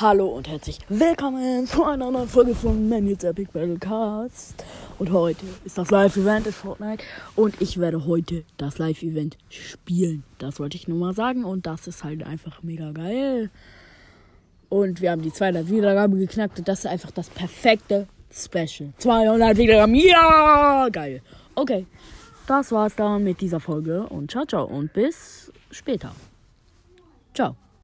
Hallo und herzlich willkommen zu einer neuen Folge von Manu's Epic Battle Cast. Und heute ist das Live-Event in Fortnite und ich werde heute das Live-Event spielen. Das wollte ich nur mal sagen und das ist halt einfach mega geil. Und wir haben die 200 Wiedergaben geknackt und das ist einfach das perfekte Special. 200 Wiedergaben, ja, geil. Okay, das war's dann mit dieser Folge und ciao, ciao und bis später. Ciao.